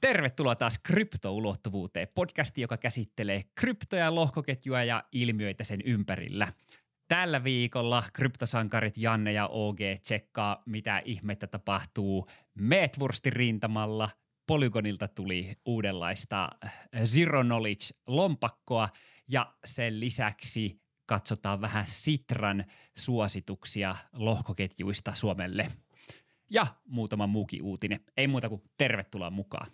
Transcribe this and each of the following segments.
Tervetuloa taas kryptoulottuvuuteen, podcasti, joka käsittelee kryptoja, lohkoketjua ja ilmiöitä sen ympärillä. Tällä viikolla kryptosankarit Janne ja OG tsekkaa, mitä ihmettä tapahtuu Medvurstin rintamalla. Polygonilta tuli uudenlaista Zero Knowledge-lompakkoa ja sen lisäksi katsotaan vähän Sitran suosituksia lohkoketjuista Suomelle. Ja muutama muukin uutinen. Ei muuta kuin tervetuloa mukaan.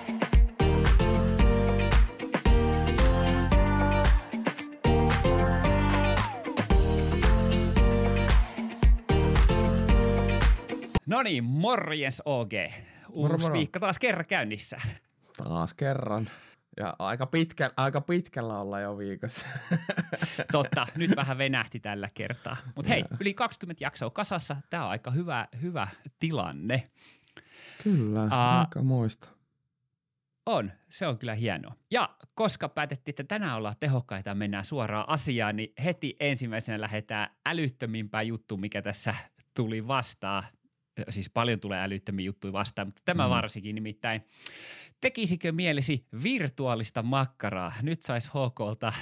No niin, morjens OG. Uusi viikko taas kerran käynnissä. Taas kerran. Ja aika pitkällä ollaan jo viikossa. Totta, nyt vähän venähti tällä kertaa. Mutta hei, yli 20 jaksoa kasassa. Tämä on aika hyvä tilanne. Kyllä, aika muista. Se on kyllä hienoa. Ja koska päätettiin, että tänään ollaan tehokkaita ja mennään suoraan asiaan, niin heti ensimmäisenä lähdetään älyttömimpään juttuun, mikä tässä tuli vastaan. Siis paljon tulee älyttömiä juttuja vastaan, mutta tämä varsinkin nimittäin. Tekisikö mielesi virtuaalista makkaraa? Nyt saisi HKlta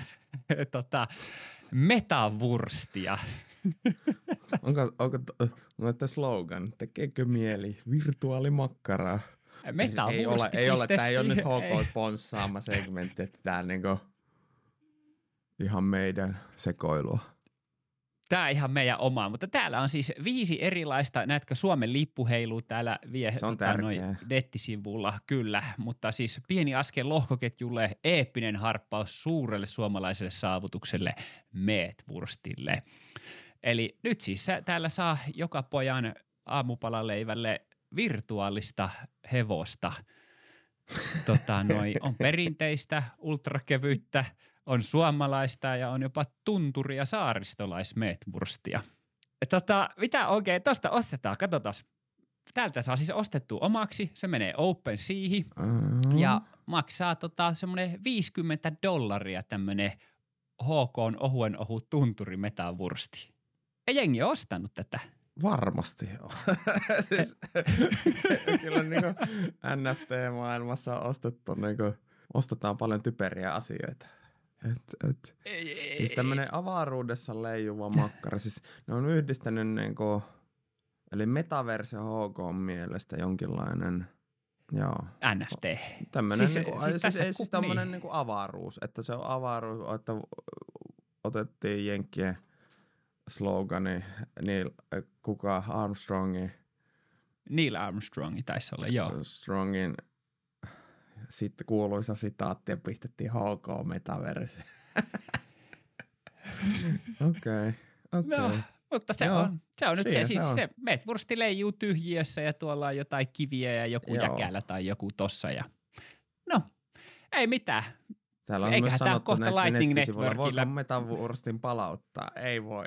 metavurstia. Onko tämä slogan? Tekeekö mieli virtuaalimakkaraa? Metavursti. Tämä ei ole nyt HK sponssaama segmentti, että tämä on niinku ihan meidän sekoilua. Tämä on ihan meidän omaa, mutta täällä on siis 5 erilaista, näetkö Suomen lippu heiluu täällä nettisivulla, kyllä, mutta siis pieni askel lohkoketjulle, eeppinen harppaus suurelle suomalaiselle saavutukselle Medvurstille. Eli nyt siis täällä saa joka pojan aamupalaleivälle virtuaalista hevosta. On perinteistä, ultrakevyttä, on suomalaista ja on jopa tunturi- ja saaristolaismetvurstia. Mitä oikein tuosta ostetaan? Katsotaan. Täältä saa siis ostettua omaksi. Se menee OpenSeahin ja maksaa semmoinen $50 tämmöinen HK:n ohuen ohut tunturi metavursti. Ei jengi ole ostanut tätä. Varmasti joo. Siis, kyllä niinku NFT-maailmassa on ostettu, ostetaan paljon typeriä asioita. Siis tämmöinen avaruudessa leijuva makkara. Siis ne on yhdistänyt eli metaversio HK on mielestä jonkinlainen, joo. NFT. Tämmöinen siis tämmöinen avaruus, että se on avaruus, että otettiin jenkkien slogani Neil Armstrongi taisi olla, joo. Armstrongin sitten kuuluisa sitaatti ja pistettiin HK metaverse. Okei. No, mutta se on nyt se. Siis se Medvursti leijuu tyhjiössä ja tuolla on jotain kiviä ja joku jäkälä tai joku tossa. Ja no, ei mitään. Täällä on eiköhän myös sanottu Lightning nettisivuilla, voiko metavurstin palauttaa? Ei voi.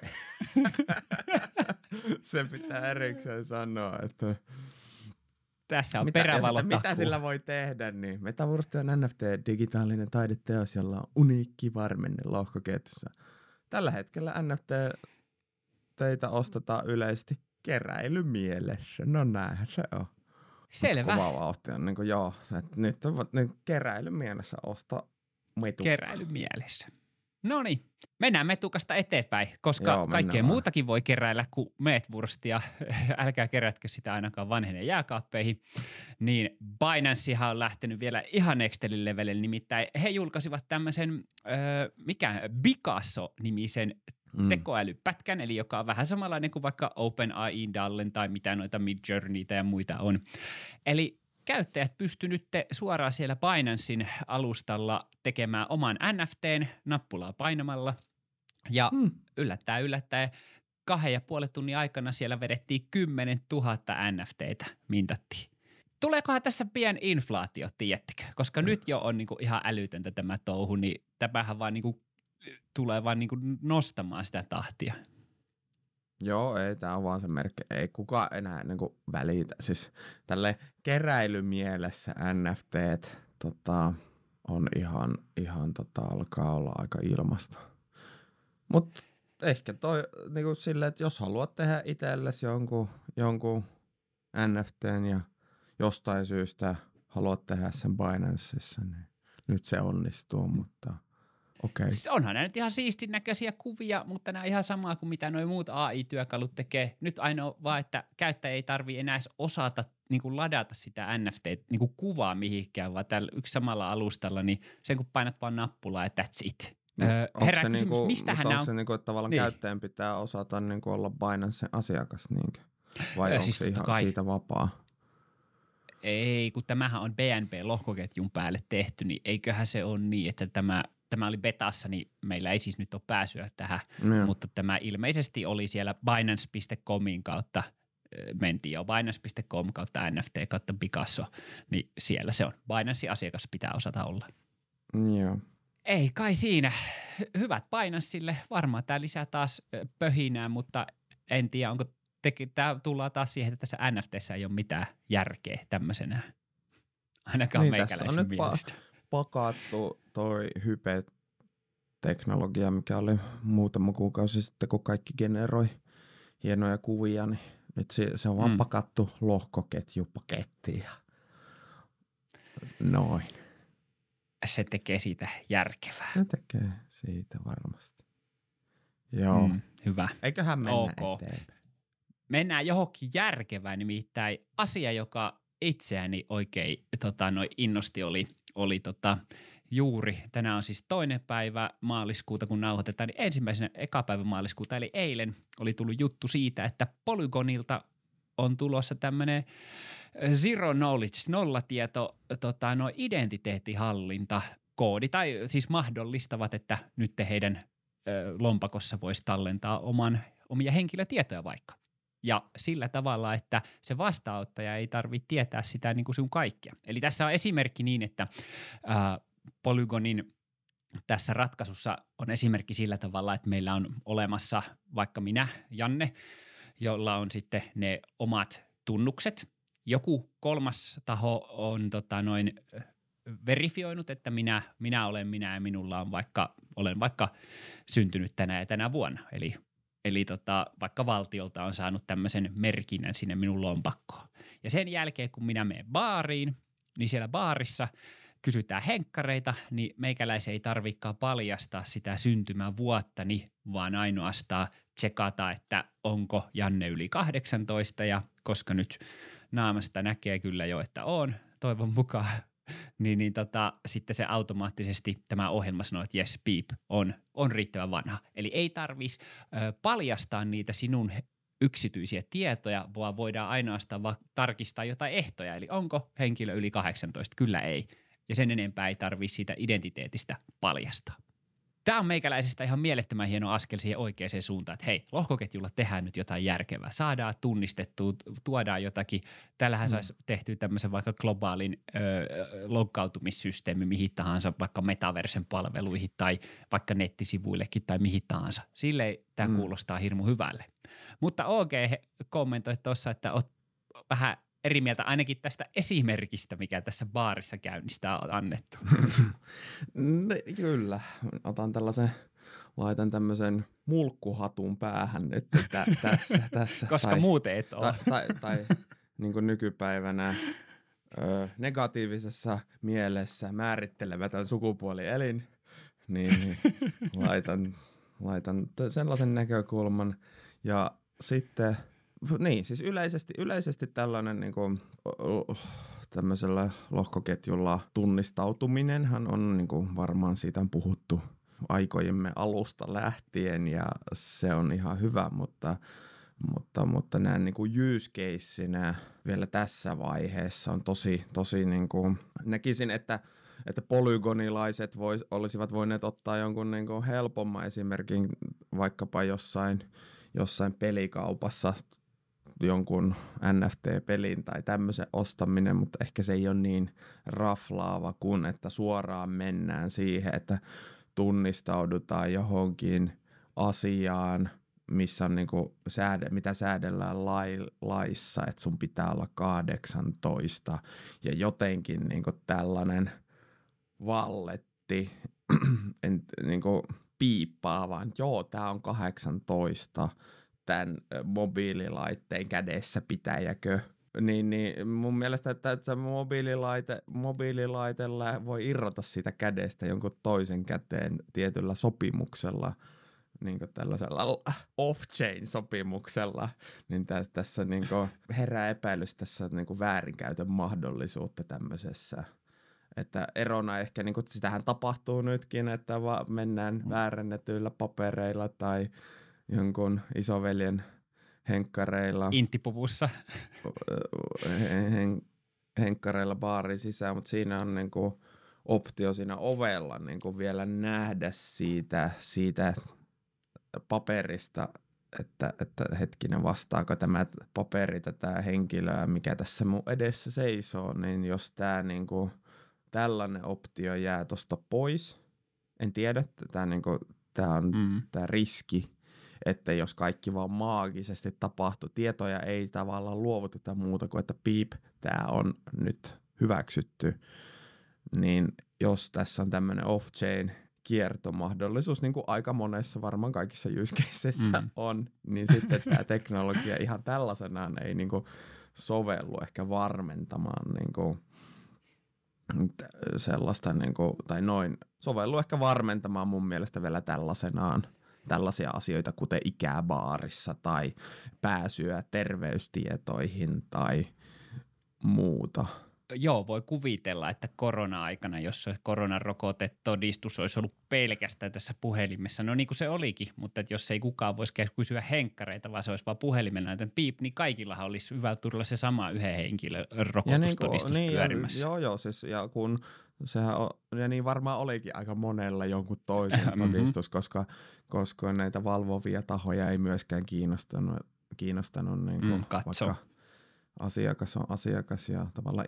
Se pitää erikseen sanoa, että tässä on perävalotakuu. Mitä sillä voi tehdä, niin metavursti on NFT, digitaalinen taideteos, jolla on uniikki varmenne lohkoketjussa. Tällä hetkellä NFT-teitä ostetaan yleisesti keräilymielessä. No näinhän se on. Selvä. Kova vauhti on joo, että nyt on keräilymielessä ostaa metu. Keräilymielessä. No niin, mennään metukasta eteenpäin, koska kaikkea muutakin voi keräillä kuin Medvurstia. Älkää kerätkö sitä ainakaan vanheneen jääkaappeihin. Niin Binancehan on lähtenyt vielä ihan nextelin levelille, nimittäin he julkaisivat tämmöisen Picasso-nimisen tekoälypätkän, eli joka on vähän samanlainen kuin vaikka OpenAI Dallen tai mitä noita Midjourneytä ja muita on. Eli käyttäjät pystyvät nyt suoraan siellä Binancein alustalla tekemään oman NFTn nappulaa painamalla ja yllättäen 2,5 tunnin aikana siellä vedettiin 10 000 NFTtä mintattiin. Tuleekohan tässä pieni inflaatio, tiedättekö? Koska nyt jo on ihan älytöntä tämä touhu, niin tämähän vaan tulee vaan nostamaan sitä tahtia. Joo, ei, tämä on vaan se merkki. Ei kukaan enää välitä. Siis tälle keräilymielessä NFTt on ihan alkaa olla aika ilmasta. Mutta ehkä toi silleen, että jos haluat tehdä itsellesi jonkun NFTn ja jostain syystä haluat tehdä sen Binanceissa, niin nyt se onnistuu, mutta okei. Siis onhan nämä nyt ihan siistin näköisiä kuvia, mutta nämä on ihan samaa kuin mitä nuo muut AI-työkalut tekee. Nyt ainoa vaan, että käyttäjä ei tarvitse enää edes osata niin kuin ladata sitä NFT-kuvaa mihinkään, vaan tällä yksi samalla alustalla, niin sen kun painat vaan nappulaa ja that's it. No, Herää kysymys, mistähän nämä on? Onko se niinku, että tavallaan Niin. käyttäjän pitää osata niinku olla Binancen asiakas niinkö? Vai onko Siis se ihan kai. siitä vapaa? Ei, kun tämähän on BNB-lohkoketjun päälle tehty, niin eiköhän se ole niin, että tämä oli betassa, niin meillä ei siis nyt ole pääsyä tähän, mutta tämä ilmeisesti oli siellä Binance.comin kautta, mentiin jo Binance.com kautta NFT kautta Picasso, niin siellä se on. Binancein asiakas pitää osata olla. Joo. Ei kai siinä. Hyvät Binanceille. Varmaan tämä lisää taas pöhinää, mutta en tiedä, onko tämä tullaan taas siihen, että tässä NFTssä ei ole mitään järkeä tämmöisenä. Ainakaan niin, meikäläisen mielestä. Pakattu toi hype-teknologia, mikä oli muutama kuukausi sitten, kun kaikki generoi hienoja kuvia, niin nyt se on vaan pakattu lohkoketjupakettiin. Noin. Se tekee siitä järkevää. Se tekee siitä varmasti. Joo. Hyvä. Eiköhän mennä eteenpäin. Mennään johonkin järkevään, nimittäin asia, joka itseäni oikein innosti oli juuri. Tänään on siis 2. päivä maaliskuuta, kun nauhoitetaan, niin ensimmäisenä eka päivä maaliskuuta, eli eilen oli tullut juttu siitä, että Polygonilta on tulossa tämmöinen zero knowledge, nollatieto, identiteettihallinta koodi, tai siis mahdollistavat, että nyt heidän lompakossa voisi tallentaa omia henkilötietoja vaikka. Ja sillä tavalla, että se vastaanottaja ei tarvitse tietää sitä niin kuin sun kaikkea. Eli tässä on esimerkki niin, että Polygonin tässä ratkaisussa on esimerkki sillä tavalla, että meillä on olemassa vaikka minä, Janne, jolla on sitten ne omat tunnukset. Joku kolmas taho on verifioinut, että minä olen minä ja minulla on olen vaikka syntynyt tänä ja tänä vuonna. Eli vaikka valtiolta on saanut tämmöisen merkinnän sinne minun lompakkoon. Ja sen jälkeen, kun minä menen baariin, niin siellä baarissa kysytään henkkareita, niin meikäläisen ei tarvikaan paljastaa sitä syntymävuottani, vaan ainoastaan tsekata, että onko Janne yli 18 ja koska nyt naamasta näkee kyllä jo, että on, toivon mukaan, niin sitten se automaattisesti tämä ohjelma sanoo, että yes, beep, on riittävän vanha. Eli ei tarvitsisi paljastaa niitä sinun yksityisiä tietoja, vaan voidaan ainoastaan tarkistaa jotain ehtoja. Eli onko henkilö yli 18? Kyllä ei. Ja sen enempää ei tarvitse siitä identiteetistä paljastaa. Tämä on meikäläisestä ihan mielettömän hieno askel siihen oikeaan suuntaan, että hei, lohkoketjulla tehdään nyt jotain järkevää. Saadaan tunnistettua, tuodaan jotakin. Tällähän saisi tehtyä tämmöisen vaikka globaalin loggautumissysteemi mihin tahansa, vaikka metaversen palveluihin tai vaikka nettisivuillekin tai mihin tahansa. Silleen tämä kuulostaa hirmu hyvälle. Mutta OG kommentoi tuossa, että olet vähän eri mieltä ainakin tästä esimerkistä, mikä tässä baarissa käynnistä on annettu. Kyllä. Laitan tämmöisen mulkkuhatun päähän nyt tässä. Koska muuten et ole. Tai niin kuin nykypäivänä negatiivisessa mielessä määrittelemätön sukupuolielin, niin laitan sellaisen näkökulman. Ja sitten niin, siis yleisesti tällainen niin kuin, tämmöisellä lohkoketjulla tunnistautuminenhan on niin kuin, varmaan siitä on puhuttu aikojemme alusta lähtien ja se on ihan hyvä, mutta näin niin kuin use casenä vielä tässä vaiheessa on tosi niin kuin, näkisin, että polygonilaiset olisivat voineet ottaa jonkun niin kuin helpomman esimerkin vaikkapa jossain pelikaupassa jonkun NFT-pelin tai tämmöisen ostaminen, mutta ehkä se ei ole niin raflaava kuin, että suoraan mennään siihen, että tunnistaudutaan johonkin asiaan, missä on niinku mitä säädellään laissa, että sun pitää olla 18 ja jotenkin niinku tällainen valletti niinku piippaa vaan, joo, tää on 18 tämän mobiililaitteen kädessä pitäjäkö, niin mun mielestä, että se mobiililaitella voi irrota siitä kädestä jonkun toisen käteen tietyllä sopimuksella, niin kuin tällaisella off-chain-sopimuksella, niin tässä niin kuin herää epäilys tässä niin kuin väärinkäytön mahdollisuutta tämmöisessä. Että erona ehkä, niin kuin sitähän tapahtuu nytkin, että mennään väärennetyillä papereilla tai jonkun isoveljen henkkareilla. Intipuvussa. Henkkareilla baarin sisään, mutta siinä on niin kuin optio siinä ovella niin kuin vielä nähdä siitä paperista, että hetkinen, vastaako tämä paperi tätä henkilöä, mikä tässä mun edessä seisoo, niin jos tämä niin kuin tällainen optio jää tuosta pois, en tiedä, tämä on tämä riski, että jos kaikki vaan maagisesti tapahtuu, tietoja ei tavallaan luovuteta muuta kuin, että piip, tämä on nyt hyväksytty, niin jos tässä on tämmöinen off-chain kiertomahdollisuus, niin kuin aika monessa varmaan kaikissa use casesissa on, niin sitten tämä teknologia ihan tällaisenaan ei niin kuin sovellu ehkä varmentamaan niin kuin sellaista, niin kuin, tai noin, sovellu ehkä varmentamaan mun mielestä vielä tällaisenaan tällaisia asioita, kuten ikää baarissa tai pääsyä terveystietoihin tai muuta. Joo, voi kuvitella, että korona-aikana, jos se koronarokotetodistus olisi ollut pelkästään tässä puhelimessa, no niin kuin se olikin, mutta että jos ei kukaan voisi kysyä henkkareita, vaan se olisi vaan puhelimella näitä piip, niin kaikillahan olisi hyvä turvalla se sama yhden henkilön rokotustodistus pyörimässä. Joo, siis ja kun sehän on, ja niin varmaan olikin aika monella jonkun toisen todistus, koska näitä valvovia tahoja ei myöskään kiinnostanut niin kuin vaikka asiakas on asiakas ja tavallaan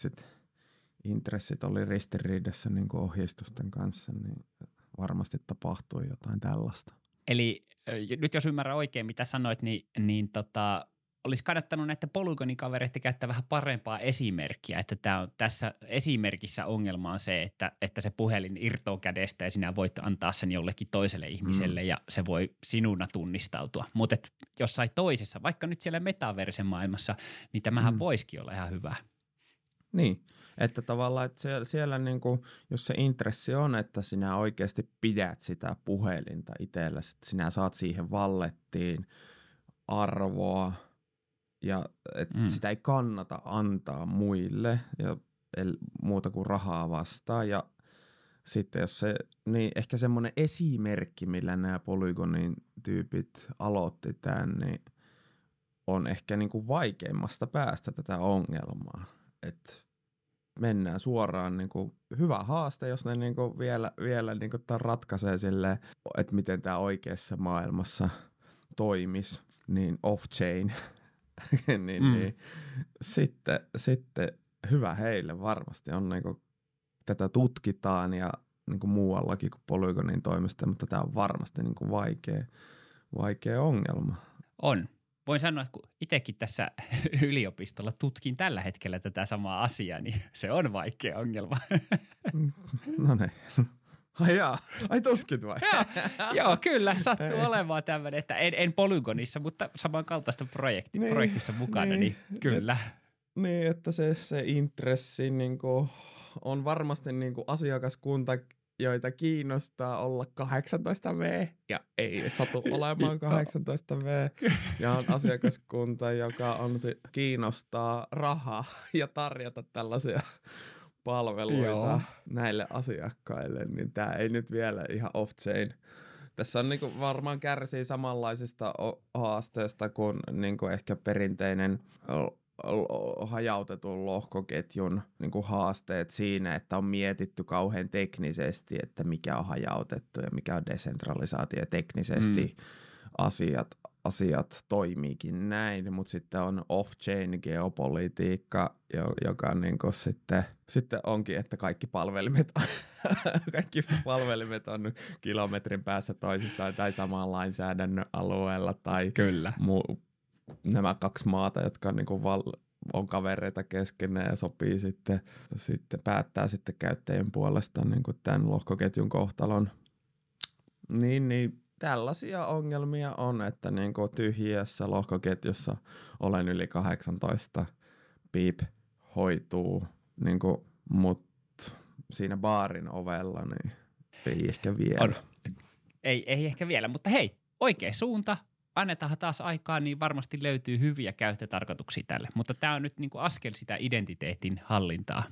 intressit oli ristiriidassa niin kuin ohjeistusten kanssa, niin varmasti tapahtui jotain tällaista. Eli nyt jos ymmärrän oikein, mitä sanoit, niin olisi kannattanut näiden Polygonin-kavereiden käyttää vähän parempaa esimerkkiä, että tässä esimerkissä ongelma on se, että se puhelin irtoaa kädestä ja sinä voit antaa sen jollekin toiselle ihmiselle ja se voi sinuna tunnistautua. Mutta jossain toisessa, vaikka nyt siellä metaversen maailmassa, niin tämähän voisikin olla ihan hyvä. Niin, että tavallaan, että siellä niin kuin, jos se intressi on, että sinä oikeasti pidät sitä puhelinta itsellesi, että sinä saat siihen vallettiin arvoa, ja sitä ei kannata antaa muille ja muuta kuin rahaa vastaan. Ja sitten jos se, niin ehkä semmoinen esimerkki, millä nämä Polygonin tyypit aloitti tämän, niin on ehkä niin kuin vaikeimmasta päästä tätä ongelmaa. Että mennään suoraan, niin kuin, hyvä haaste, jos ne niin kuin vielä niin kuin ratkaisee silleen, että miten tämä oikeassa maailmassa toimisi, niin off-chain. niin, sitten hyvä heille varmasti on niinku, tätä tutkitaan ja niinku muuallakin kuin Polygonin toimesta, mutta tämä on varmasti niinku vaikea ongelma. On. Voin sanoa, että kun itsekin tässä yliopistolla tutkin tällä hetkellä tätä samaa asiaa, niin se on vaikea ongelma. No niin. Ai tutkit vai? Joo, kyllä, sattuu olemaan tämmöinen, että en Polygonissa, mutta samankaltaista projektissa mukana, niin kyllä. Niin, että se intressi niinku, on varmasti niinku asiakaskunta, joita kiinnostaa olla 18V ja ei satu olemaan 18V. Ja on asiakaskunta, joka kiinnostaa rahaa ja tarjota tällaisia palveluita näille asiakkaille, niin tämä ei nyt vielä ihan off-chain. Tässä on niinku varmaan kärsii samanlaisista haasteesta kuin niinku ehkä perinteinen hajautetun lohkoketjun niinku haasteet siinä, että on mietitty kauhean teknisesti, että mikä on hajautettu ja mikä on desentralisaatio ja teknisesti asiat toimiikin näin, mutta sitten on off-chain geopolitiikka, joka niinku sitten onkin, että kaikki palvelimet on kilometrin päässä toisistaan tai saman lainsäädännön alueella tai kyllä. Nämä kaksi maata, jotka niinku on kavereita keskenään ja sopii sitten päättää sitten käyttäjien puolesta niinku tämän lohkoketjun kohtalon. Niin tällaisia ongelmia on, että niinku tyhjiössä lohkoketjussa olen yli 18 piip hoituu, niin kuin, mut siinä baarin ovella, niin ei ehkä vielä. On. Ei ehkä vielä, mutta hei, oikea suunta. Annetaan taas aikaa, niin varmasti löytyy hyviä käyttötarkoituksia tälle. Mutta tämä on nyt niinku askel sitä identiteetin hallintaa.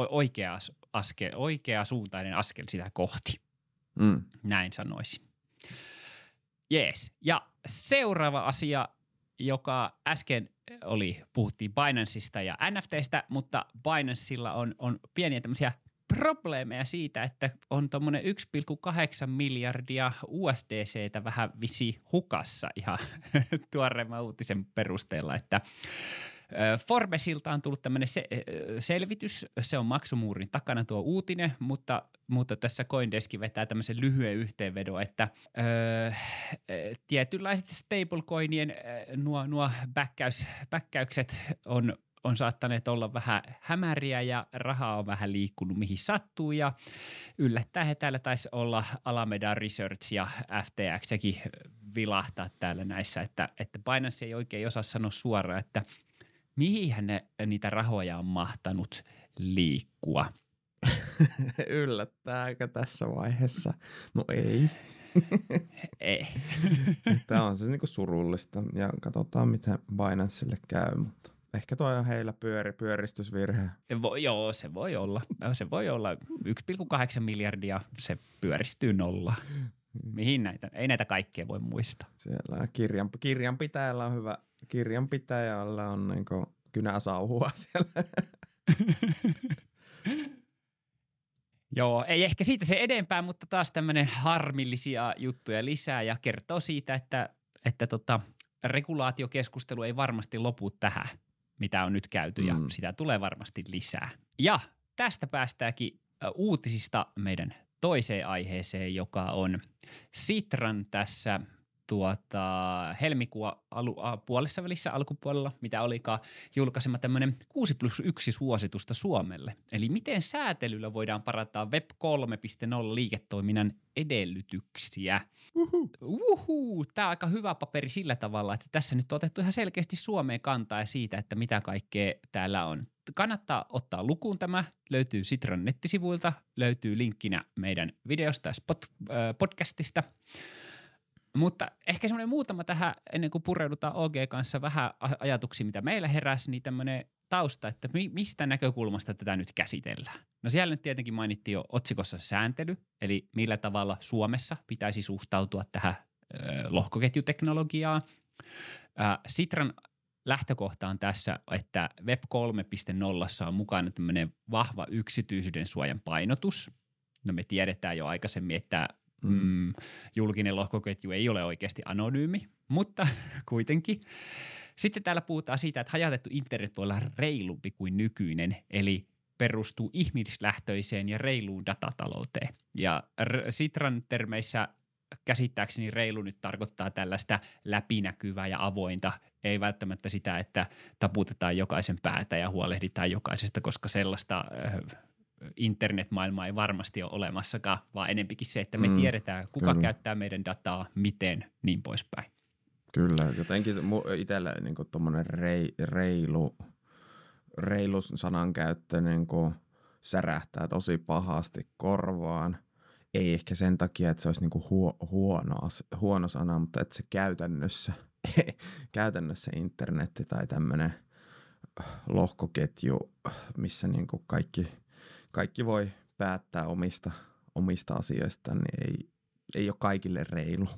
Oikea suuntainen askel sitä kohti. Näin sanoisin. Jees. Ja seuraava asia, joka äsken puhuttiin Binanceista ja NFTistä, mutta Binanceilla on pieniä tämmöisiä probleemeja siitä, että on tommonen 1,8 miljardia USDCtä vähän visi hukassa ihan tuoreemman uutisen perusteella, että Forbesilta on tullut tämmöinen selvitys, se on maksumuurin takana tuo uutinen, mutta tässä CoinDesk vetää tämmöisen lyhyen yhteenvedon, että tietynlaiset stablecoinien nuo backäykset on saattaneet olla vähän hämäriä ja rahaa on vähän liikkunut mihin sattuu ja yllättäen täällä taisi olla Alameda Research ja FTXkin vilahtaa täällä näissä, että Binance ei oikein osaa sanoa suoraan, että mihinhän niitä rahoja on mahtanut liikkua. Yllättääkö tässä vaiheessa? No ei. Ei. Tämä on se niinku surullista ja katsotaan miten Binancelle käy, mutta ehkä toi on heillä pyöristysvirhe. Joo, se voi olla. Se voi olla 1,8 miljardia, se pyöristyy nollaan. Mihin näitä? Ei näitä kaikkea voi muistaa. Siellä kirjanpitäjällä on hyvä. Kirjanpitäjällä on niinku kynäsauhua siellä. Joo, ei ehkä siitä se edempää, mutta taas tämmöinen harmillisia juttuja lisää ja kertoo siitä, että regulaatiokeskustelu ei varmasti lopu tähän, mitä on nyt käyty ja sitä tulee varmasti lisää. Ja tästä päästäänkin uutisista meidän toiseen aiheeseen, joka on Sitran tässä helmikuun puolessa välissä alkupuolella, mitä olikaan julkaisema tämmöinen 6+1 suositusta Suomelle. Eli miten säätelyllä voidaan parantaa Web 3.0 liiketoiminnan edellytyksiä. Tämä on aika hyvä paperi sillä tavalla, että tässä nyt on otettu ihan selkeästi Suomeen kantaa siitä, että mitä kaikkea täällä on. Kannattaa ottaa lukuun tämä, löytyy Sitran nettisivuilta, löytyy linkkinä meidän videosta ja podcastista. Mutta ehkä semmoinen muutama tähän, ennen kuin pureudutaan OG kanssa vähän ajatuksia, mitä meillä heräsi, niin tämmöinen tausta, että mistä näkökulmasta tätä nyt käsitellään. No siellä nyt tietenkin mainittiin jo otsikossa sääntely, eli millä tavalla Suomessa pitäisi suhtautua tähän lohkoketjuteknologiaan. Sitran lähtökohta on tässä, että Web 3.0 on mukana tämmöinen vahva yksityisyyden suojan painotus. No me tiedetään jo aikaisemmin, että julkinen lohkoketju ei ole oikeasti anonyymi, mutta kuitenkin. Sitten täällä puhutaan siitä, että hajautettu internet voi olla reilumpi kuin nykyinen, eli perustuu ihmislähtöiseen ja reiluun datatalouteen. Ja Sitran termeissä käsittääkseni reilu nyt tarkoittaa tällaista läpinäkyvää ja avointa, ei välttämättä sitä, että taputetaan jokaisen päätä ja huolehditaan jokaisesta, koska sellaista internetmaailmaa ei varmasti ole olemassakaan, vaan enempikin se, että me tiedetään, kuka käyttää meidän dataa, miten, niin poispäin. Kyllä, jotenkin itselle niin tuommoinen reilu sanankäyttö niin särähtää tosi pahasti korvaan. Ei ehkä sen takia, että se olisi niin huono sana, mutta että se käytännössä internetti tai tämmöinen lohkoketju, missä niin kaikki voi päättää omista asioistaan, niin ei ole kaikille reilu.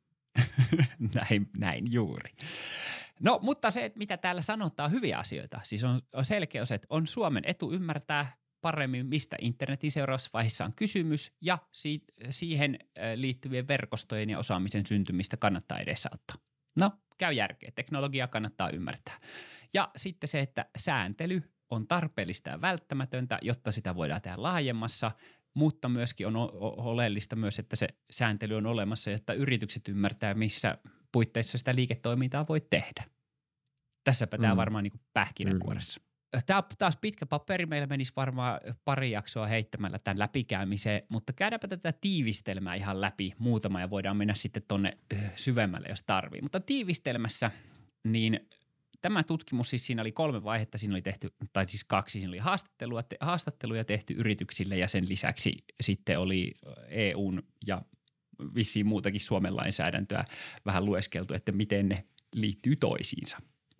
näin juuri. No, mutta se, että mitä täällä sanotaan, hyviä asioita. Siis on selkeä osa, että on Suomen etu ymmärtää paremmin, mistä internetin seuraavassa vaiheessa on kysymys, ja siihen liittyvien verkostojen ja osaamisen syntymistä kannattaa edesauttaa. No, käy järkeä. Teknologiaa kannattaa ymmärtää. Ja sitten se, että sääntely on tarpeellista ja välttämätöntä, jotta sitä voidaan tehdä laajemmassa, mutta myöskin on oleellista myös, että se sääntely on olemassa, jotta yritykset ymmärtää, missä puitteissa sitä liiketoimintaa voi tehdä. Tässäpä tämä varmaan niin kuin pähkinänkuoressa. Tämä on taas pitkä paperi, meillä menisi varmaan pari jaksoa heittämällä tämän läpikäymiseen, mutta käydäänpä tätä tiivistelmää ihan läpi muutama ja voidaan mennä sitten tonne syvemmälle, jos tarvii. Mutta tiivistelmässä niin tämä tutkimus, siis siinä oli 3 vaihetta, siinä oli tehty, tai siis 2, siinä oli haastatteluja tehty yrityksille ja sen lisäksi sitten oli EUn ja vissiin muutakin Suomen lainsäädäntöä vähän lueskeltu, että miten ne liittyy toisiinsa.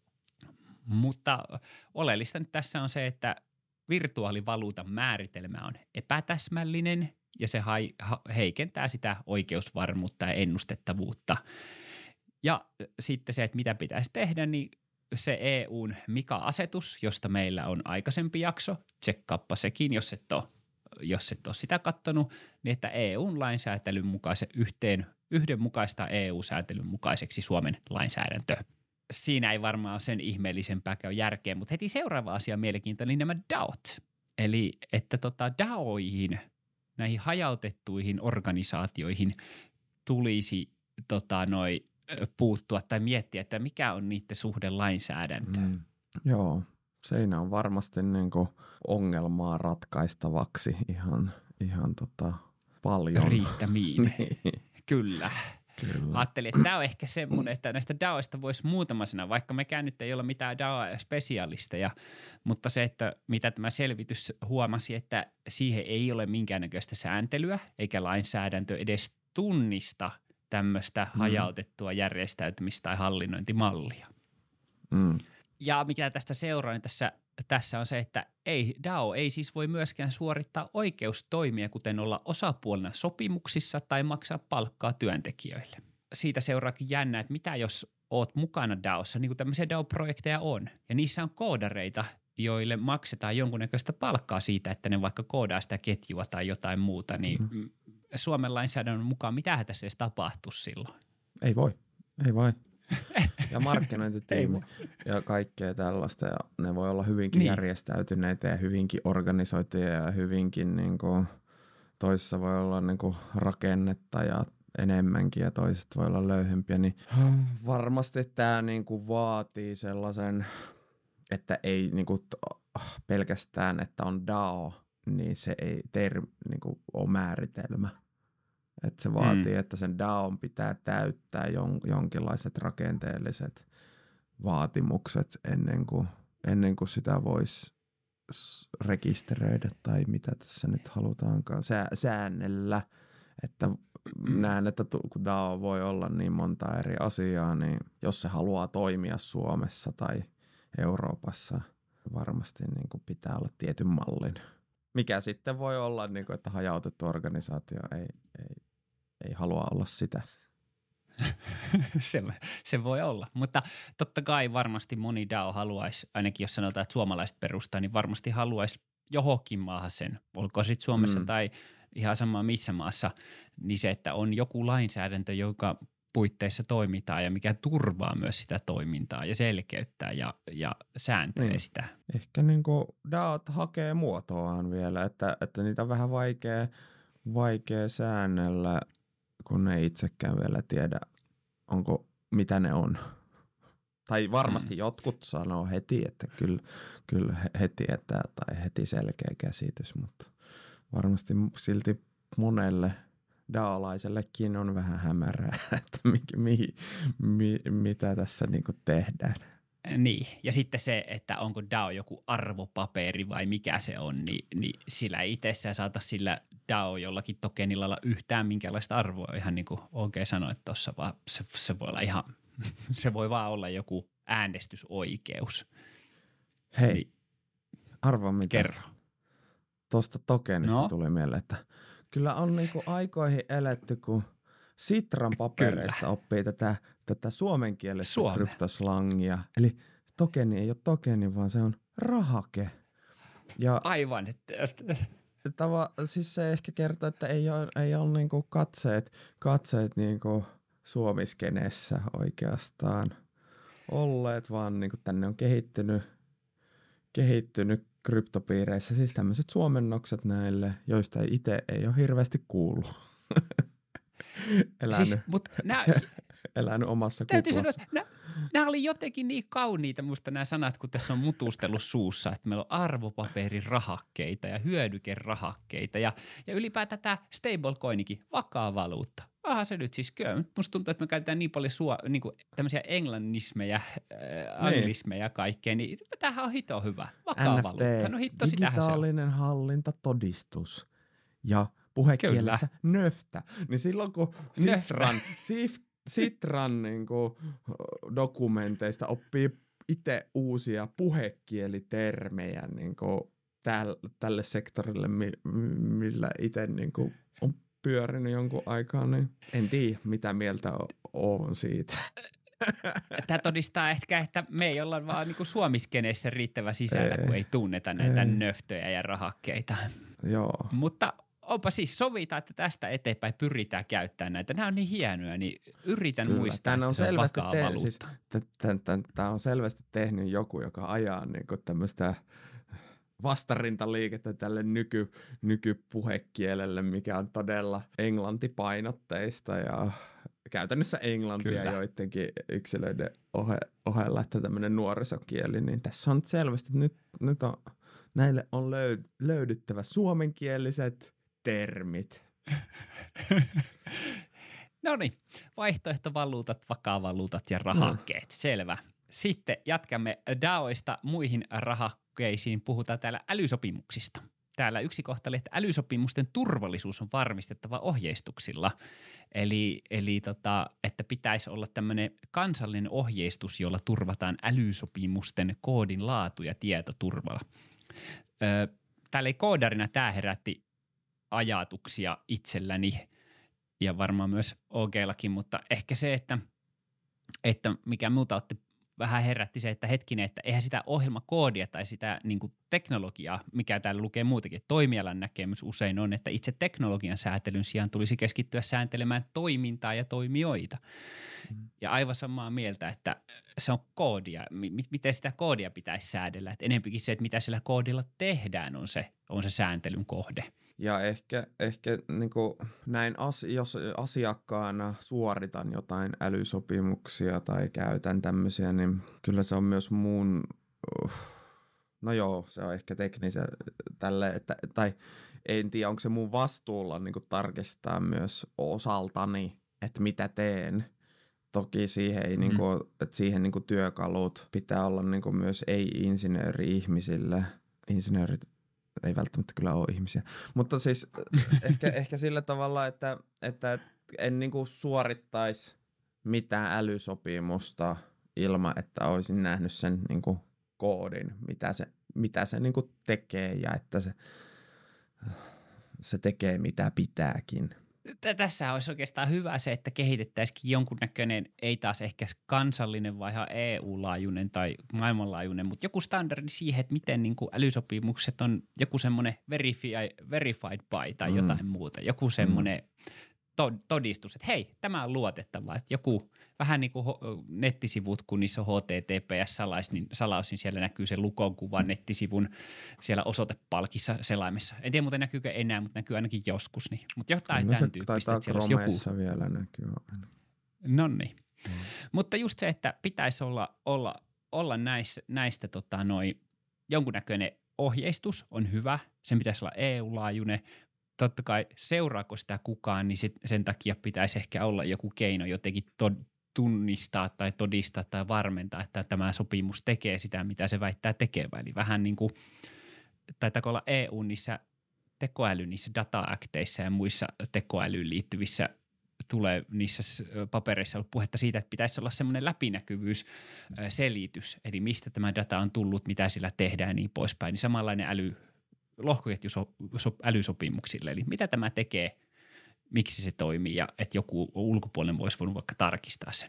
Mutta oleellista nyt tässä on se, että virtuaalivaluutan määritelmä on epätäsmällinen ja se heikentää sitä oikeusvarmuutta ja ennustettavuutta. Ja sitten se, että mitä pitäisi tehdä, niin se EUn MiCA-asetus, josta meillä on aikaisempi jakso, tsekkaappa sekin, jos et ole sitä katsonut, niin että EUn lainsäätelyn mukaisen yhdenmukaista EU-säätelyn mukaiseksi Suomen lainsäädäntö. Siinä ei varmaan sen ihmeellisempää käy järkeä, mutta heti seuraava asia mielenkiintoinen, niin nämä DAOt. Eli että DAOihin, näihin hajautettuihin organisaatioihin tulisi puuttua tai miettiä, että mikä on niiden suhde lainsäädäntöön. Joo, siinä on varmasti niinku ongelmaa ratkaistavaksi ihan paljon. Riittämiin. Niin. Kyllä. Ajattelin, että tämä on ehkä semmoinen, että näistä DAOista voisi muutama sana, vaikka mekään nyt ei ole mitään DAO-spesialisteja, mutta se, että mitä tämä selvitys huomasi, että siihen ei ole minkäännäköistä sääntelyä eikä lainsäädäntö edes tunnista tämmöistä hajautettua järjestäytymistä tai hallinnointimallia. Ja mikä tästä seuraa, niin tässä on se, että DAO ei siis voi myöskään suorittaa oikeustoimia, kuten olla osapuolena sopimuksissa tai maksaa palkkaa työntekijöille. Siitä seuraakin jännä, että mitä jos oot mukana DAOssa, niin kuin tämmöisiä DAO-projekteja on, ja niissä on koodareita, joille maksetaan jonkunnäköistä palkkaa siitä, että ne vaikka koodaa sitä ketjua tai jotain muuta, niin Suomen lainsäädännön mukaan mitähän tässä edes tapahtuisi silloin? Ei voi. Ja markkinointitiimi ja kaikkea tällaista. Ja ne voi olla hyvinkin järjestäytyneitä ja hyvinkin organisoituja ja hyvinkin toisissa voi olla rakennetta ja enemmänkin ja toiset voi olla löyhempiä. Niin varmasti tämä vaatii sellaisen, että ei pelkästään, että on DAO, niin se ei ole määritelmä. Että se vaatii, että sen DAOn pitää täyttää jonkinlaiset rakenteelliset vaatimukset ennen kuin sitä voisi rekisteröidä tai mitä tässä nyt halutaankaan säännellä. Että näen, että kun DAO voi olla niin monta eri asiaa, niin jos se haluaa toimia Suomessa tai Euroopassa, varmasti pitää olla tietyn mallin. Mikä sitten voi olla, että hajautettu organisaatio ei halua olla sitä. se voi olla, mutta totta kai varmasti moni DAO haluaisi, ainakin jos sanotaan, että suomalaiset perustaa, niin varmasti haluaisi johonkin maahan sen, olkoon sitten Suomessa tai ihan sama missä maassa, niin se, että on joku lainsäädäntö, joka puitteissa toimitaan ja mikä turvaa myös sitä toimintaa ja selkeyttää ja sääntelee sitä. Ehkä DAOt hakee muotoaan vielä, että niitä on vähän vaikea säännellä, kun ne itsekään vielä tiedä, mitä ne on. Tai varmasti jotkut sanoo heti, että kyllä heti tietää tai heti selkeä käsitys, mutta varmasti silti monelle DAO-laisellekin on vähän hämärää, että mitä tässä tehdään. Niin, ja sitten se, että onko DAO joku arvopaperi vai mikä se on, niin sillä ei itsessään saata sillä DAO jollakin tokenilla olla yhtään minkälaista arvoa, ihan niin kuin oikein sanoit tuossa, vaan se voi olla ihan, se voi vaan olla joku äänestysoikeus. Hei, niin, arvo mitä? Kerro. Tuosta tokenista tuli mieleen, että kyllä on aikoihin eletty, kun Sitran papereista oppii tätä suomenkielistä kryptoslangia. Eli tokeni ei ole tokeni, vaan se on rahake. Ja aivan. Siis se ehkä kertoo, että ei ole katseet suomiskenessä oikeastaan olleet, vaan tänne on kehittynyt kryptopiireissä siis tämmöiset suomennokset näille, joista itse ei ole hirveästi kuullut. Elänyt omassa kuplassa. Täytyy sanoa, että Nämä oli jotenkin niin kauniita musta nämä sanat, kun tässä on mutustellut suussa, että meillä on arvopaperirahakkeita ja hyödykerahakkeita ja ylipäätään tämä stablecoinikin, vakaa valuutta. Aha se nyt siis, kyllä musta tuntuu, että me käytetään niin paljon niinku tämmöisiä englannismeja, anglismeja ja kaikkea, niin tämähän on hito hyvä, vakaa NFT, valuutta. No hitto, sitähän se on. digitaalinen hallintatodistus ja puhekielessä nöftä. Niin silloin kun Sitran niin kuin, dokumenteista oppii itse uusia puhekielitermejä niin kuin, tälle sektorille, millä itse niin kuin, on pyörinyt jonkun aikaa, niin en tiedä, mitä mieltä on siitä. Tämä todistaa ehkä, että me ei olla vaan niin kuin Suomiskeneissä riittävä sisällä, kun ei tunneta näitä nöftöjä ja rahakkeita. Joo. Mutta onpa siis sovita, että tästä eteenpäin pyritään käyttämään näitä. Nämä on niin hienoja, niin yritän muistaa, että se on vakaa valuutta. Tämä on selvästi tehnyt joku, joka ajaa niin kuin tämmöistä vastarintaliikettä tälle nykypuhekielelle, mikä on todella englantipainotteista ja käytännössä englantia joidenkin yksilöiden ohella, että tämmöinen nuorisokieli, niin tässä on selvästi, että nyt on, näille on löydyttävä suomenkieliset termit. No niin, vaihtoehtovaluutat, vakavaluutat ja rahakkeet, selvä. Sitten jatkamme DAOista muihin rahakkeisiin, puhutaan täällä älysopimuksista. Täällä yksi kohta oli, että älysopimusten turvallisuus on varmistettava ohjeistuksilla. Eli että pitäisi olla tämmöinen kansallinen ohjeistus, jolla turvataan älysopimusten koodin laatu ja tietoturvalla. Täällä ei koodarina tämä herätti ajatuksia itselläni ja varmaan myös OG:llakin, mutta ehkä se, että mikä muuta otti vähän herätti se, että hetkinen, että eihän sitä ohjelmakoodia tai sitä niin kuin teknologiaa, mikä täällä lukee muutenkin, toimialan näkemys usein on, että itse teknologian säätelyn sijaan tulisi keskittyä sääntelemään toimintaa ja toimijoita. Ja aivan samaa mieltä, että se on koodia, miten sitä koodia pitäisi säädellä, että enempikin se, että mitä sillä koodilla tehdään on se sääntelyn kohde. Ja ehkä niin kuin näin, jos asiakkaana suoritan jotain älysopimuksia tai käytän tämmöisiä, niin kyllä se on myös mun, no joo, se on ehkä teknisen tälle, tai en tiedä, onko se mun vastuulla niin kuin tarkistaa myös osaltani, että mitä teen. Toki siihen, ei, niin kuin, että siihen niin kuin työkalut pitää olla niin kuin myös ei-insinööri-ihmisille. Insinöörit ei välttämättä kyllä ole ihmisiä. Mutta siis ehkä sillä tavalla, että en niin kuin suorittaisi mitään älysopimusta ilman, että olisin nähnyt sen niin kuin koodin, mitä se niin kuin tekee ja että se tekee mitä pitääkin. Tässä olisi oikeastaan hyvä se, että kehitettäisiin jonkunnäköinen, ei taas ehkä kansallinen vai ihan EU-laajuinen tai maailmanlaajuinen, mutta joku standardi siihen, että miten niin kuin älysopimukset on joku semmoinen verified by tai jotain muuta. Joku semmoinen todistus, että hei, tämä on luotettavaa. Että joku vähän niin kuin nettisivut, kun niissä on HTTPS-salaus, niin siellä näkyy se Lukon kuva nettisivun siellä osoitepalkissa selaimessa. En tiedä muuten näkyykö enää, mutta näkyy ainakin joskus. Niin. Mutta jotain tämän tyyppistä, että siellä olisi joku. Vielä näkyy. Noniin. Mutta just se, että pitäisi olla näistä jonkunnäköinen ohjeistus on hyvä. Sen pitäisi olla EU-laajuinen. Totta kai seuraako sitä kukaan, niin sen takia pitäisi ehkä olla joku keino jotenkin tunnistaa tai todistaa tai varmentaa, että tämä sopimus tekee sitä, mitä se väittää tekevän. Eli vähän niin kuin, taitaako olla EU niissä niissä data-acteissa ja muissa tekoälyyn liittyvissä tulee niissä papereissa ollut puhetta siitä, että pitäisi olla semmoinen läpinäkyvyysselitys, eli mistä tämä data on tullut, mitä sillä tehdään ja niin poispäin. Niin samanlainen lohkoketju älysopimuksille, eli mitä tämä tekee, miksi se toimii ja että joku ulkopuolinen voisi voinut vaikka tarkistaa sen.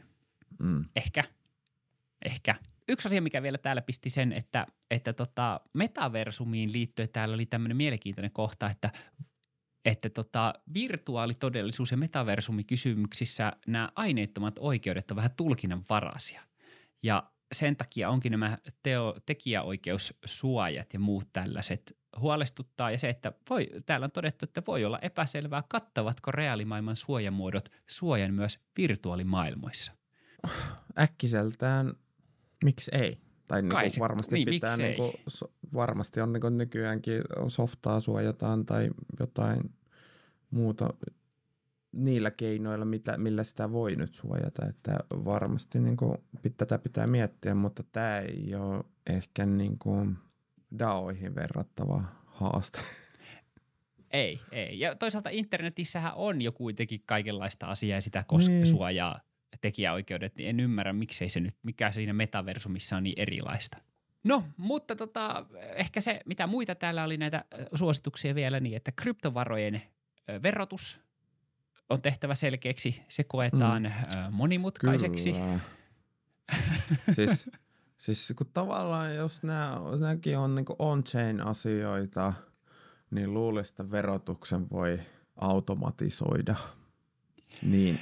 Ehkä. Yksi asia, mikä vielä täällä pisti sen, että metaversumiin liittyen täällä oli tämmöinen mielenkiintoinen kohta, että virtuaalitodellisuus ja metaversumikysymyksissä nämä aineettomat oikeudet on vähän tulkinnanvaraisia ja sen takia onkin nämä tekijäoikeussuojat ja muut tällaiset huolestuttaa ja se, että täällä on todettu, että voi olla epäselvää, kattavatko reaalimaailman suojamuodot suojan myös virtuaalimaailmoissa. äkkiseltään miksi ei? Tai niinku Se, varmasti niin, pitää, niinku, varmasti on niinku nykyäänkin on softaa suojataan tai jotain muuta niillä keinoilla, millä sitä voi nyt suojata. Että varmasti niinku, tätä pitää miettiä, mutta tämä ei ole ehkä niinku DAOihin verrattava haaste. Ei. Ja toisaalta internetissähän on jo kuitenkin kaikenlaista asiaa ja sitä suojaa tekijäoikeudet, niin en ymmärrä, miksei se nyt, mikä siinä metaversumissa on niin erilaista. No, mutta ehkä se, mitä muita täällä oli näitä suosituksia vielä, niin että kryptovarojen verotus on tehtävä selkeäksi, se koetaan monimutkaiseksi. Kyllä. siis kun tavallaan, jos nämäkin on niin on-chain asioita, niin luulen, että verotuksen voi automatisoida niin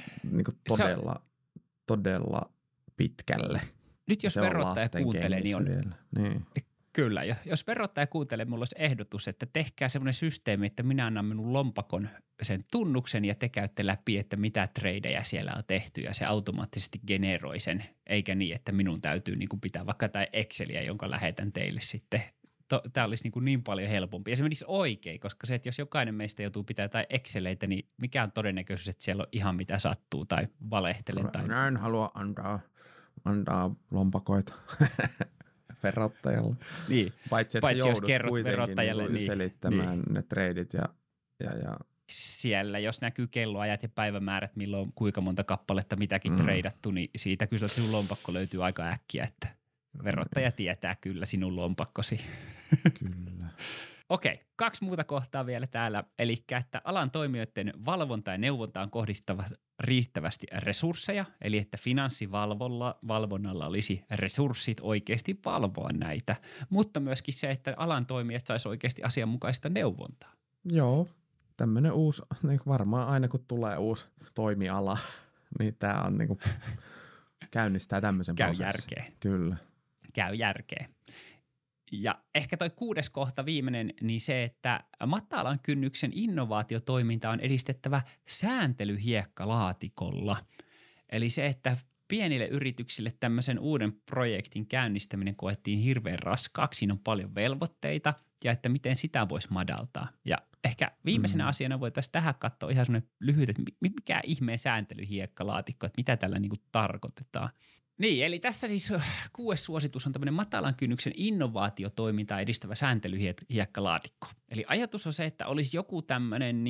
todella pitkälle. Nyt jos verottaja kuuntelee, niin on vielä. Niin. Kyllä, jos verottaja kuuntelee, mulla olisi ehdotus, että tehkää semmoinen systeemi, että minä annan minun lompakon sen tunnuksen ja te käytte läpi, että mitä tradeja siellä on tehty ja se automaattisesti generoi sen, eikä niin, että minun täytyy niin kuin pitää vaikka jotain Exceliä, jonka lähetän teille sitten. Tämä olisi niin paljon helpompi ja se menisi oikein, koska se, että jos jokainen meistä joutuu pitämään jotain Exceleitä, niin mikä on todennäköisyys, että siellä on ihan mitä sattuu tai valehtelen. Minä en halua antaa lompakoita. Verottajalle. Niin. Paitsi jos kerrot verottajalle niin selittämään ne treidit ja siellä, jos näkyy kelloajat ja päivämäärät, milloin kuinka monta kappaletta mitäkin treidattu, niin siitä kyllä sinun lompakko löytyy aika äkkiä, että verottaja tietää kyllä sinun lompakkosi. Kyllä. Okei, 2 muuta kohtaa vielä täällä, eli että alan toimijoiden valvonta ja neuvontaan kohdistavat riittävästi resursseja, eli että finanssivalvonnalla olisi resurssit oikeasti valvoa näitä, mutta myöskin se, että alan toimijat saisi oikeasti asianmukaista neuvontaa. Joo, tämmöinen uusi, niin varmaan aina kun tulee uusi toimiala, niin tämä on niin kuin, käynnistää tämmöisen prosessin. Järkeä. Kyllä. Käy järkeä. Ja ehkä toi 6. kohta viimeinen, niin se, että matalan kynnyksen innovaatiotoiminta on edistettävä sääntelyhiekkalaatikolla. Eli se, että pienille yrityksille tämmöisen uuden projektin käynnistäminen koettiin hirveän raskaaksi, siinä on paljon velvoitteita ja että miten sitä voisi madaltaa. Ja ehkä viimeisenä asiana voitaisiin tähän katsoa ihan semmoinen lyhyt, että mikä ihmeen sääntelyhiekkalaatikko, että mitä tällä niinku tarkoitetaan. Niin, eli tässä siis 6. suositus on tämmöinen matalan kynnyksen innovaatiotoimintaa edistävä sääntelyhiekkalaatikko. Eli ajatus on se, että olisi joku tämmöinen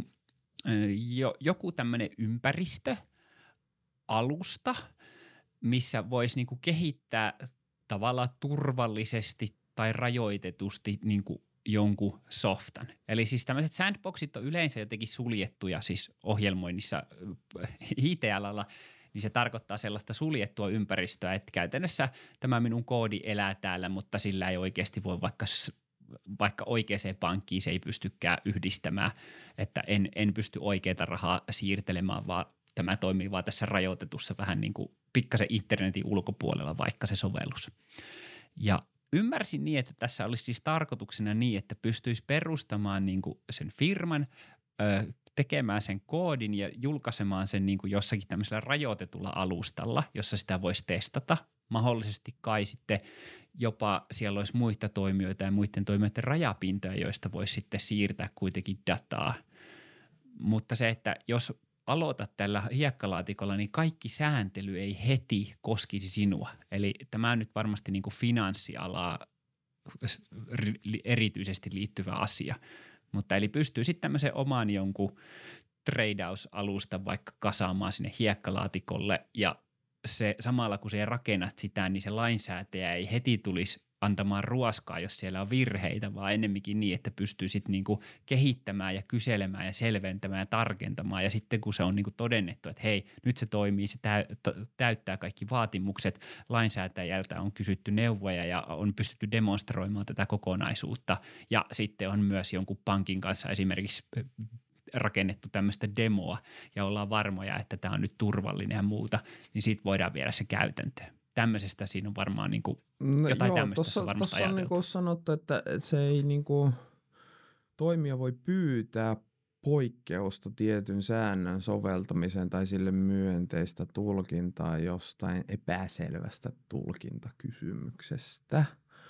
joku tämmöinen ympäristö, alusta, missä voisi niinku kehittää tavallaan turvallisesti tai rajoitetusti niinku jonkun softan. Eli siis tämmöiset sandboxit on yleensä jotenkin suljettuja siis ohjelmoinnissa IT-alalla, niin se tarkoittaa sellaista suljettua ympäristöä, että käytännössä tämä minun koodi elää täällä, mutta sillä ei oikeasti voi vaikka oikeaan pankkiin se ei pystykään yhdistämään, että en pysty oikeaa rahaa siirtelemään, vaan tämä toimii vaan tässä rajoitetussa vähän niin kuin pikkasen internetin ulkopuolella vaikka se sovellus. Ja ymmärsin niin, että tässä olisi siis tarkoituksena niin, että pystyisi perustamaan niin kuin sen firman, tekemään sen koodin ja julkaisemaan sen niin kuin jossakin tämmöisellä rajoitetulla alustalla, jossa sitä voisi testata. Mahdollisesti kai sitten jopa siellä olisi muita toimijoita ja muiden toimijoiden rajapintoja, joista voisi sitten siirtää kuitenkin dataa. Mutta se, että jos aloitat tällä hiekkalaatikolla, niin kaikki sääntely ei heti koskisi sinua. Eli tämä on nyt varmasti niin kuin finanssialaa erityisesti liittyvä asia. Mutta eli pystyy sitten tämmöisen oman jonkun treidausalustan vaikka kasaamaan sinne hiekkalaatikolle ja se samalla kun se rakennat sitä, niin se lainsäätäjä ei heti tulisi antamaan ruoskaa, jos siellä on virheitä, vaan ennemminkin niin, että pystyy sitten niinku kehittämään ja kyselemään ja selventämään ja tarkentamaan. Ja sitten kun se on niinku todennettu, että hei, nyt se toimii, se täyttää kaikki vaatimukset, lainsäätäjältä on kysytty neuvoja ja on pystytty demonstroimaan tätä kokonaisuutta. Ja sitten on myös jonkun pankin kanssa esimerkiksi rakennettu tämmöistä demoa ja ollaan varmoja, että tämä on nyt turvallinen ja muuta, niin siitä voidaan viedä se käytäntöön. Tämmöisestä siinä on varmaan niinku jotain tämmöistä on varmasti ajateltu. Tuossa on niinku sanottu, että se ei niinku, toimija voi pyytää poikkeusta tietyn säännön soveltamiseen tai sille myönteistä tulkintaa jostain epäselvästä tulkintakysymyksestä.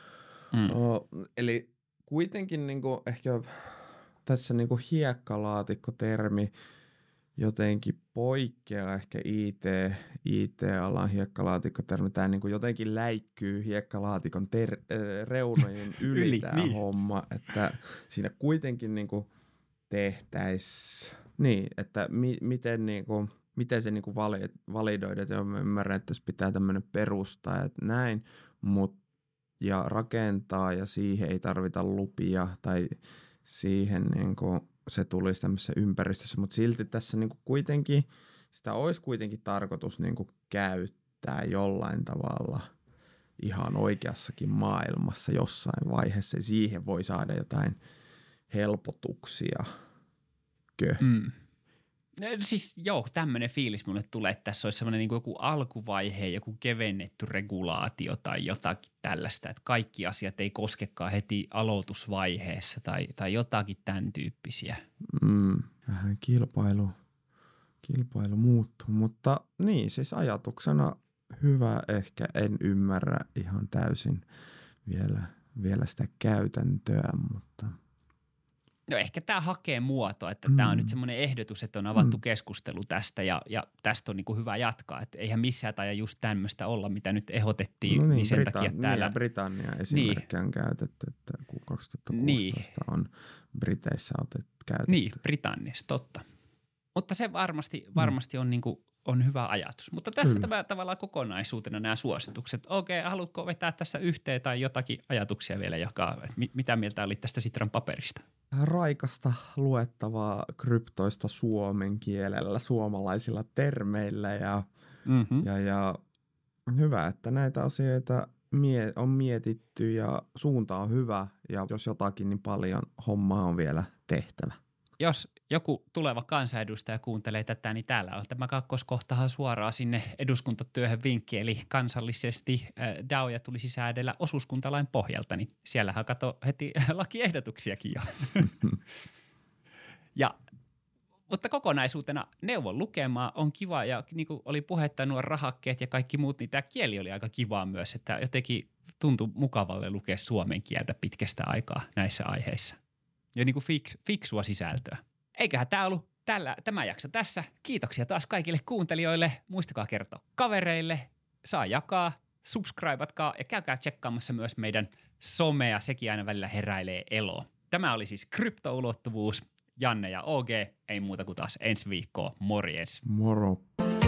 Eli kuitenkin niinku ehkä tässä niinku hiekkalaatikkotermi jotenkin poikkeaa ehkä IT-alan hiekkalaatikkotermi. Tämä niinku jotenkin läikkyy hiekkalaatikon reunojen yli tämä homma, että siinä kuitenkin niinku tehtäisiin, niin, että miten se niinku validoidaan, että mä ymmärrän, että tässä pitää tämmöinen perustaa, että näin, ja rakentaa, ja siihen ei tarvita lupia, tai siihen niinku se tulisi tämmöisessä ympäristössä, mutta silti tässä niinku kuitenkin, sitä olisi kuitenkin tarkoitus niinku käyttää jollain tavalla ihan oikeassakin maailmassa jossain vaiheessa, ja siihen voi saada jotain helpotuksia. No, siis joo, tämmöinen fiilis mulle tulee, että tässä olisi semmoinen niin kuin joku alkuvaihe, joku kevennetty regulaatio tai jotakin tällaista, että kaikki asiat ei koskekaan heti aloitusvaiheessa tai jotakin tämän tyyppisiä. Vähän kilpailu muuttuu, mutta niin siis ajatuksena hyvä, ehkä en ymmärrä ihan täysin vielä sitä käytäntöä, mutta no ehkä tämä hakee muotoa, että tämä on nyt semmoinen ehdotus, että on avattu keskustelu tästä ja tästä on niinku hyvä jatkaa. Että eihän missään taida just tämmöistä olla, mitä nyt ehdotettiin, niin sen takia täällä. Niin, Britannia esimerkkiä on käytetty, että 2016 on Briteissä käytetty. Niin, Britanniassa, totta. Mutta se varmasti on niinku on hyvä ajatus. Mutta tässä tämä tavallaan kokonaisuutena nämä suositukset. Okei, haluatko vetää tässä yhteen tai jotakin ajatuksia vielä jakaa? Mitä mieltä oli tästä Sitran paperista? Raikasta luettavaa kryptoista suomen kielellä, suomalaisilla termeillä ja hyvä, että näitä asioita on mietitty ja suunta on hyvä ja jos jotakin, niin paljon hommaa on vielä tehtävä. Jos joku tuleva kansanedustaja kuuntelee tätä, niin täällä on tämä kakkoskohtahan suoraan sinne eduskuntatyöhön vinkki, eli kansallisesti DAOja tulisi säädellä osuuskuntalain pohjalta, niin siellähän kato heti lakiehdotuksiakin jo. Mutta kokonaisuutena neuvon lukemaan on kiva ja niin kuin oli puhetta nuo rahakkeet ja kaikki muut, niin tämä kieli oli aika kivaa myös, että jotenkin tuntui mukavalle lukea suomen kieltä pitkästä aikaa näissä aiheissa. Ja niin kuin fiksua sisältöä. Eiköhän tämä ollut tämä jakso tässä. Kiitoksia taas kaikille kuuntelijoille. Muistakaa kertoa kavereille. Saa jakaa, subscribeatkaa ja käykää tsekkaamassa myös meidän somea. Sekin aina välillä heräilee eloon. Tämä oli siis Kryptoulottuvuus. Janne ja OG. Ei muuta kuin taas ensi viikkoa. Morjens. Moro.